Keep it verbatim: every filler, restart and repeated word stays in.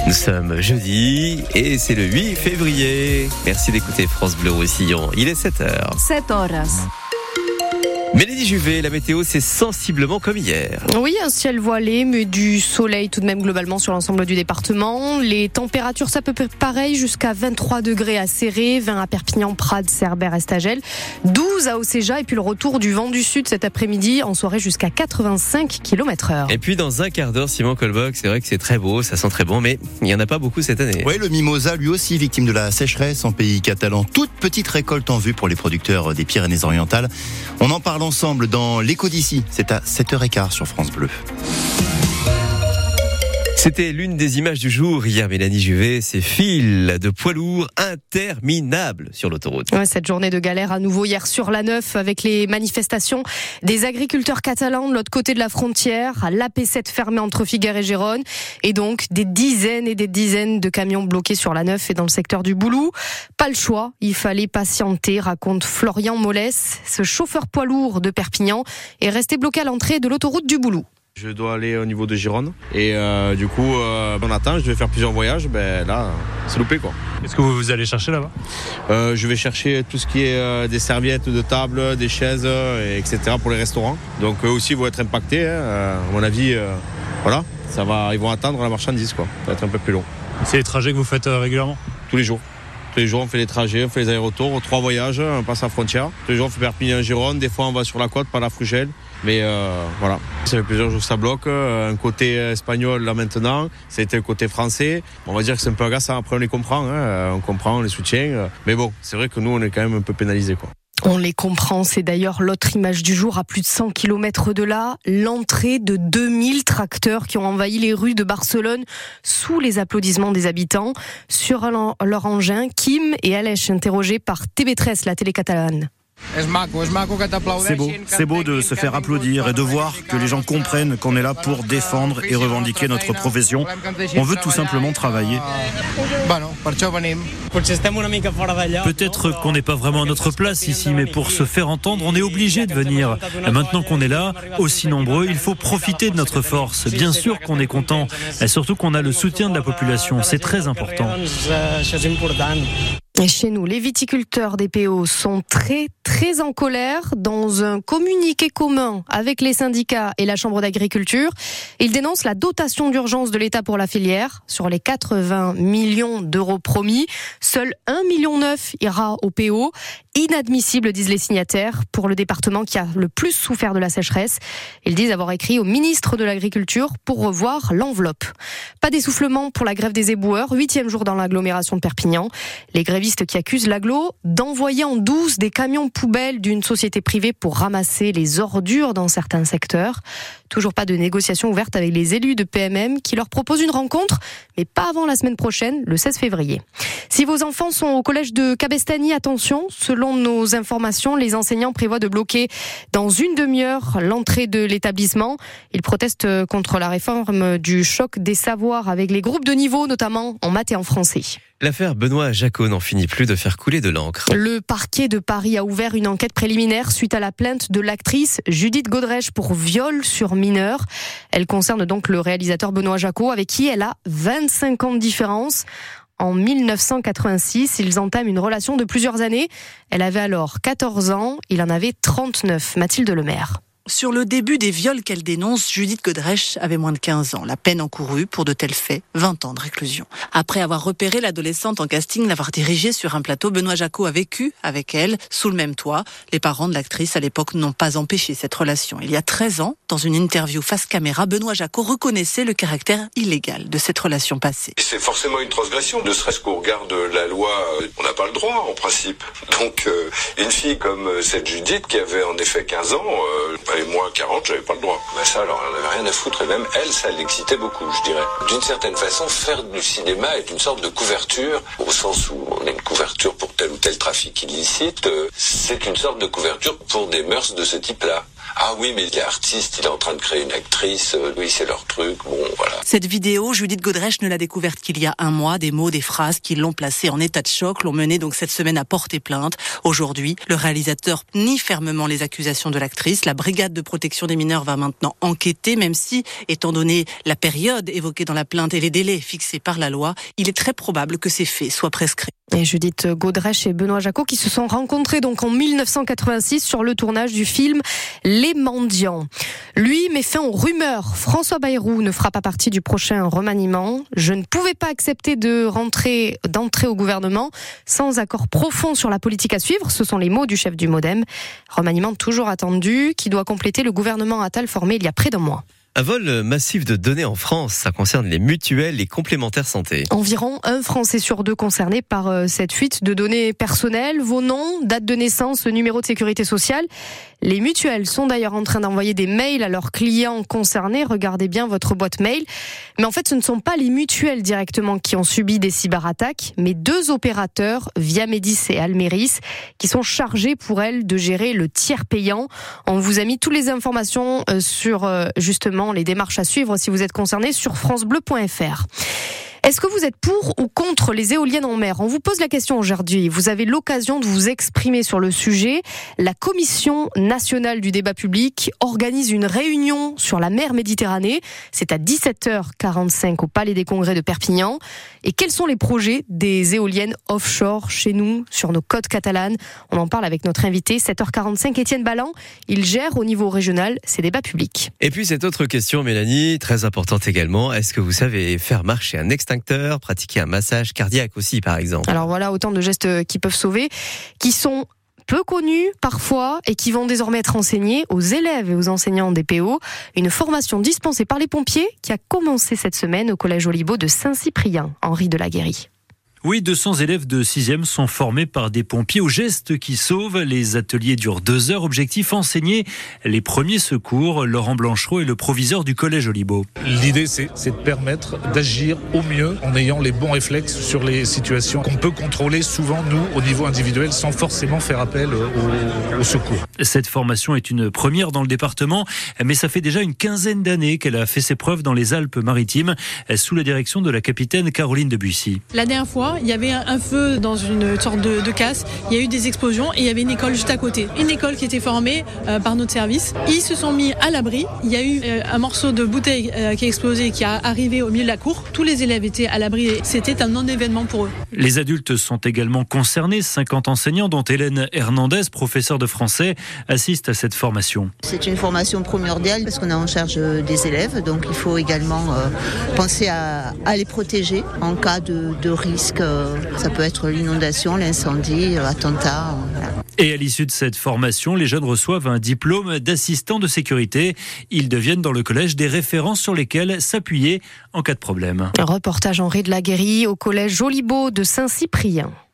Nous sommes jeudi et c'est le huit février. Merci d'écouter France Bleu Roussillon. Il est sept heures. sept heures. Mélanie Juvet, la météo, c'est sensiblement comme hier. Oui, un ciel voilé, mais du soleil tout de même globalement sur l'ensemble du département. Les températures, ça peut être pareil, jusqu'à vingt-trois degrés à Céré, vingt à Perpignan, Prades, Cerbère, Estagel, douze à Océja, et puis le retour du vent du sud cet après-midi, en soirée jusqu'à quatre-vingt-cinq kilomètres heure. Et puis dans un quart d'heure, Simon Colboc, c'est vrai que c'est très beau, ça sent très bon, mais il n'y en a pas beaucoup cette année. Oui, le mimosa, lui aussi victime de la sécheresse en pays catalan. Toute petite récolte en vue pour les producteurs des Pyrénées-Orientales. On en parle ensemble dans l'écho d'ici. C'est à sept heures quinze sur France Bleu. C'était l'une des images du jour hier, Mélanie Juvet, ces fils de poids lourds interminables sur l'autoroute. Ouais, cette journée de galère à nouveau hier sur l'A neuf avec les manifestations des agriculteurs catalans de l'autre côté de la frontière, l'A P sept fermée entre Figueres et Gérone, et donc des dizaines et des dizaines de camions bloqués sur l'A neuf et dans le secteur du Boulou. Pas le choix, il fallait patienter, raconte Florian Mollès. Ce chauffeur poids lourd de Perpignan est resté bloqué à l'entrée de l'autoroute du Boulou. Je dois aller au niveau de Gérone et euh, du coup euh, on attend, je vais faire plusieurs voyages, ben là c'est loupé quoi. Qu'est-ce que vous allez chercher là-bas ? euh, Je vais chercher tout ce qui est euh, des serviettes de table, des chaises, euh, et cetera pour les restaurants. Donc eux aussi vont être impactés, hein. euh, à mon avis, euh, voilà, ça va, ils vont attendre la marchandise quoi. Ça va être un peu plus long. C'est les trajets que vous faites euh, régulièrement ? Tous les jours. Tous les jours on fait les trajets, on fait les allers-retours, trois voyages, on passe à la frontière. Tous les jours on fait Perpignan-Gérone, des fois on va sur la côte, par la Frugelle. Mais euh, voilà, ça fait plusieurs jours que ça bloque. Un côté espagnol là maintenant, ça a été le côté français. On va dire que c'est un peu agaçant. Après on les comprend, hein. On comprend, on les soutient. Mais bon, c'est vrai que nous on est quand même un peu pénalisés quoi. On les comprend, c'est d'ailleurs l'autre image du jour à plus de cent kilomètres de là, l'entrée de deux mille tracteurs qui ont envahi les rues de Barcelone sous les applaudissements des habitants. Sur leur engin, Kim et Aleix interrogés par T V treize, la télé catalane. C'est beau, c'est beau de se faire applaudir et de voir que les gens comprennent qu'on est là pour défendre et revendiquer notre profession. On veut tout simplement travailler. Peut-être qu'on n'est pas vraiment à notre place ici, mais pour se faire entendre, on est obligé de venir. Maintenant qu'on est là, aussi nombreux, il faut profiter de notre force. Bien sûr qu'on est content, et surtout qu'on a le soutien de la population. C'est très important. Et chez nous, les viticulteurs des P O sont très, très en colère. Dans un communiqué commun avec les syndicats et la Chambre d'agriculture, ils dénoncent la dotation d'urgence de l'État pour la filière. Sur les quatre-vingts millions d'euros promis, seul un virgule neuf million ira au P O. Inadmissible, disent les signataires, pour le département qui a le plus souffert de la sécheresse. Ils disent avoir écrit au ministre de l'Agriculture pour revoir l'enveloppe. Pas d'essoufflement pour la grève des éboueurs, huitième jour dans l'agglomération de Perpignan. Les grévistes qui accusent l'agglo d'envoyer en douce des camions poubelles d'une société privée pour ramasser les ordures dans certains secteurs. Toujours pas de négociation ouverte avec les élus de P M M qui leur proposent une rencontre, mais pas avant la semaine prochaine, le seize février. Si vos enfants sont au collège de Cabestany, attention, selon nos informations, les enseignants prévoient de bloquer dans une demi-heure l'entrée de l'établissement. Ils protestent contre la réforme du choc des savoirs avec les groupes de niveau, notamment en maths et en français. L'affaire Benoît Jacot n'en finit plus de faire couler de l'encre. Le parquet de Paris a ouvert une enquête préliminaire suite à la plainte de l'actrice Judith Godrèche pour viol sur mineur. Elle concerne donc le réalisateur Benoît Jacot, avec qui elle a vingt-cinq ans de différence. En mille neuf cent quatre-vingt-six, ils entament une relation de plusieurs années. Elle avait alors quatorze ans, il en avait trente-neuf. Mathilde Lemaire. Sur le début des viols qu'elle dénonce, Judith Godrèche avait moins de quinze ans. La peine encourue pour de tels faits, vingt ans de réclusion. Après avoir repéré l'adolescente en casting, l'avoir dirigée sur un plateau, Benoît Jacot a vécu avec elle, sous le même toit. Les parents de l'actrice, à l'époque, n'ont pas empêché cette relation. Il y a treize ans, dans une interview face caméra, Benoît Jacot reconnaissait le caractère illégal de cette relation passée. C'est forcément une transgression, ne serait-ce qu'au regard de la loi, on n'a pas le droit, en principe. Donc, euh, une fille comme cette Judith, qui avait en effet quinze ans, euh, et moi quarante, j'avais pas le droit. Mais ça, alors, elle n'avait rien à foutre, et même elle, ça l'excitait beaucoup, je dirais. D'une certaine façon, faire du cinéma est une sorte de couverture, au sens où on a une couverture pour tel ou tel trafic illicite, euh, c'est une sorte de couverture pour des mœurs de ce type-là. Ah oui, mais il est artiste, il est en train de créer une actrice, euh, oui, c'est leur truc, bon, voilà. Cette vidéo, Judith Godrèche ne l'a découverte qu'il y a un mois. Des mots, des phrases qui l'ont placée en état de choc, l'ont mené donc cette semaine à porter plainte. Aujourd'hui, le réalisateur nie fermement les accusations de l'actrice. La brigade de protection des mineurs va maintenant enquêter, même si, étant donné la période évoquée dans la plainte et les délais fixés par la loi, il est très probable que ces faits soient prescrits. Et Judith Godrèche et Benoît Jacot qui se sont rencontrés donc en mille neuf cent quatre-vingt-six sur le tournage du film Les Mendiants. Lui met fin aux rumeurs. François Bayrou ne fera pas partie du prochain remaniement. Je ne pouvais pas accepter de rentrer, d'entrer au gouvernement sans accord profond sur la politique à suivre. Ce sont les mots du chef du MoDem. Remaniement toujours attendu qui doit compléter le gouvernement Attal formé il y a près d'un mois. Un vol massif de données en France, ça concerne les mutuelles et complémentaires santé. Environ un Français sur deux concerné par cette fuite de données personnelles, vos noms, date de naissance, numéro de sécurité sociale. Les mutuelles sont d'ailleurs en train d'envoyer des mails à leurs clients concernés. Regardez bien votre boîte mail. Mais en fait, ce ne sont pas les mutuelles directement qui ont subi des cyberattaques, mais deux opérateurs, Viamedis et Almeris, qui sont chargés pour elles de gérer le tiers payant. On vous a mis toutes les informations sur justement les démarches à suivre si vous êtes concerné sur francebleu point f r. Est-ce que vous êtes pour ou contre les éoliennes en mer ? On vous pose la question aujourd'hui. Vous avez l'occasion de vous exprimer sur le sujet. La Commission nationale du débat public organise une réunion sur la mer Méditerranée. C'est à dix-sept heures quarante-cinq au Palais des Congrès de Perpignan. Et quels sont les projets des éoliennes offshore chez nous, sur nos côtes catalanes ? On en parle avec notre invité, sept heures quarante-cinq, Étienne Balland. Il gère au niveau régional ces débats publics. Et puis cette autre question, Mélanie, très importante également. Est-ce que vous savez faire marcher un extincteur, pratiquer un massage cardiaque aussi, par exemple ? Alors voilà, autant de gestes qui peuvent sauver, qui sont peu connus parfois et qui vont désormais être enseignés aux élèves et aux enseignants des P O. Une formation dispensée par les pompiers qui a commencé cette semaine au collège Olibaud de Saint-Cyprien, Henri Delaguérie. Oui, deux cents élèves de sixième sont formés par des pompiers aux gestes qui sauvent. Les ateliers durent deux heures. Objectif, enseigner les premiers secours. Laurent Blanchereau est le proviseur du collège Olibaud. L'idée, c'est, c'est de permettre d'agir au mieux en ayant les bons réflexes sur les situations qu'on peut contrôler souvent, nous, au niveau individuel, sans forcément faire appel au, au secours. Cette formation est une première dans le département, mais ça fait déjà une quinzaine d'années qu'elle a fait ses preuves dans les Alpes-Maritimes, sous la direction de la capitaine Caroline Debussy. La dernière fois, il y avait un feu dans une sorte de, de casse, il y a eu des explosions et il y avait une école juste à côté. Une école qui était formée euh, par notre service. Ils se sont mis à l'abri. Il y a eu euh, un morceau de bouteille euh, qui a explosé et qui a arrivé au milieu de la cour. Tous les élèves étaient à l'abri et c'était un non-événement pour eux. Les adultes sont également concernés. cinquante enseignants, dont Hélène Hernandez, professeure de français, assistent à cette formation. C'est une formation primordiale parce qu'on a en charge des élèves. Donc il faut également euh, penser à, à les protéger en cas de, de risque. Ça peut être l'inondation, l'incendie, l'attentat. Voilà. Et à l'issue de cette formation, les jeunes reçoivent un diplôme d'assistant de sécurité. Ils deviennent dans le collège des références sur lesquelles s'appuyer en cas de problème. Un reportage Henri Delaguérie au collège Olibaud de Saint-Cyprien.